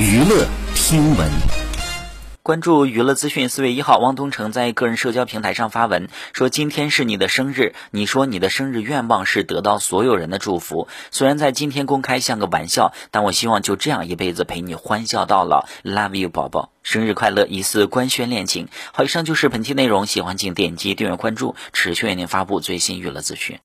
娱乐听闻。 关注娱乐资讯，4月1号，汪东城在个人社交平台上发文说：“今天是你的生日，你说你的生日愿望是得到所有人的祝福。虽然在今天公开像个玩笑，但我希望就这样一辈子陪你欢笑到老。Love you， 宝宝，生日快乐！”疑似官宣恋情。好，以上就是本期内容，喜欢请点击订阅关注，持续为您发布最新娱乐资讯。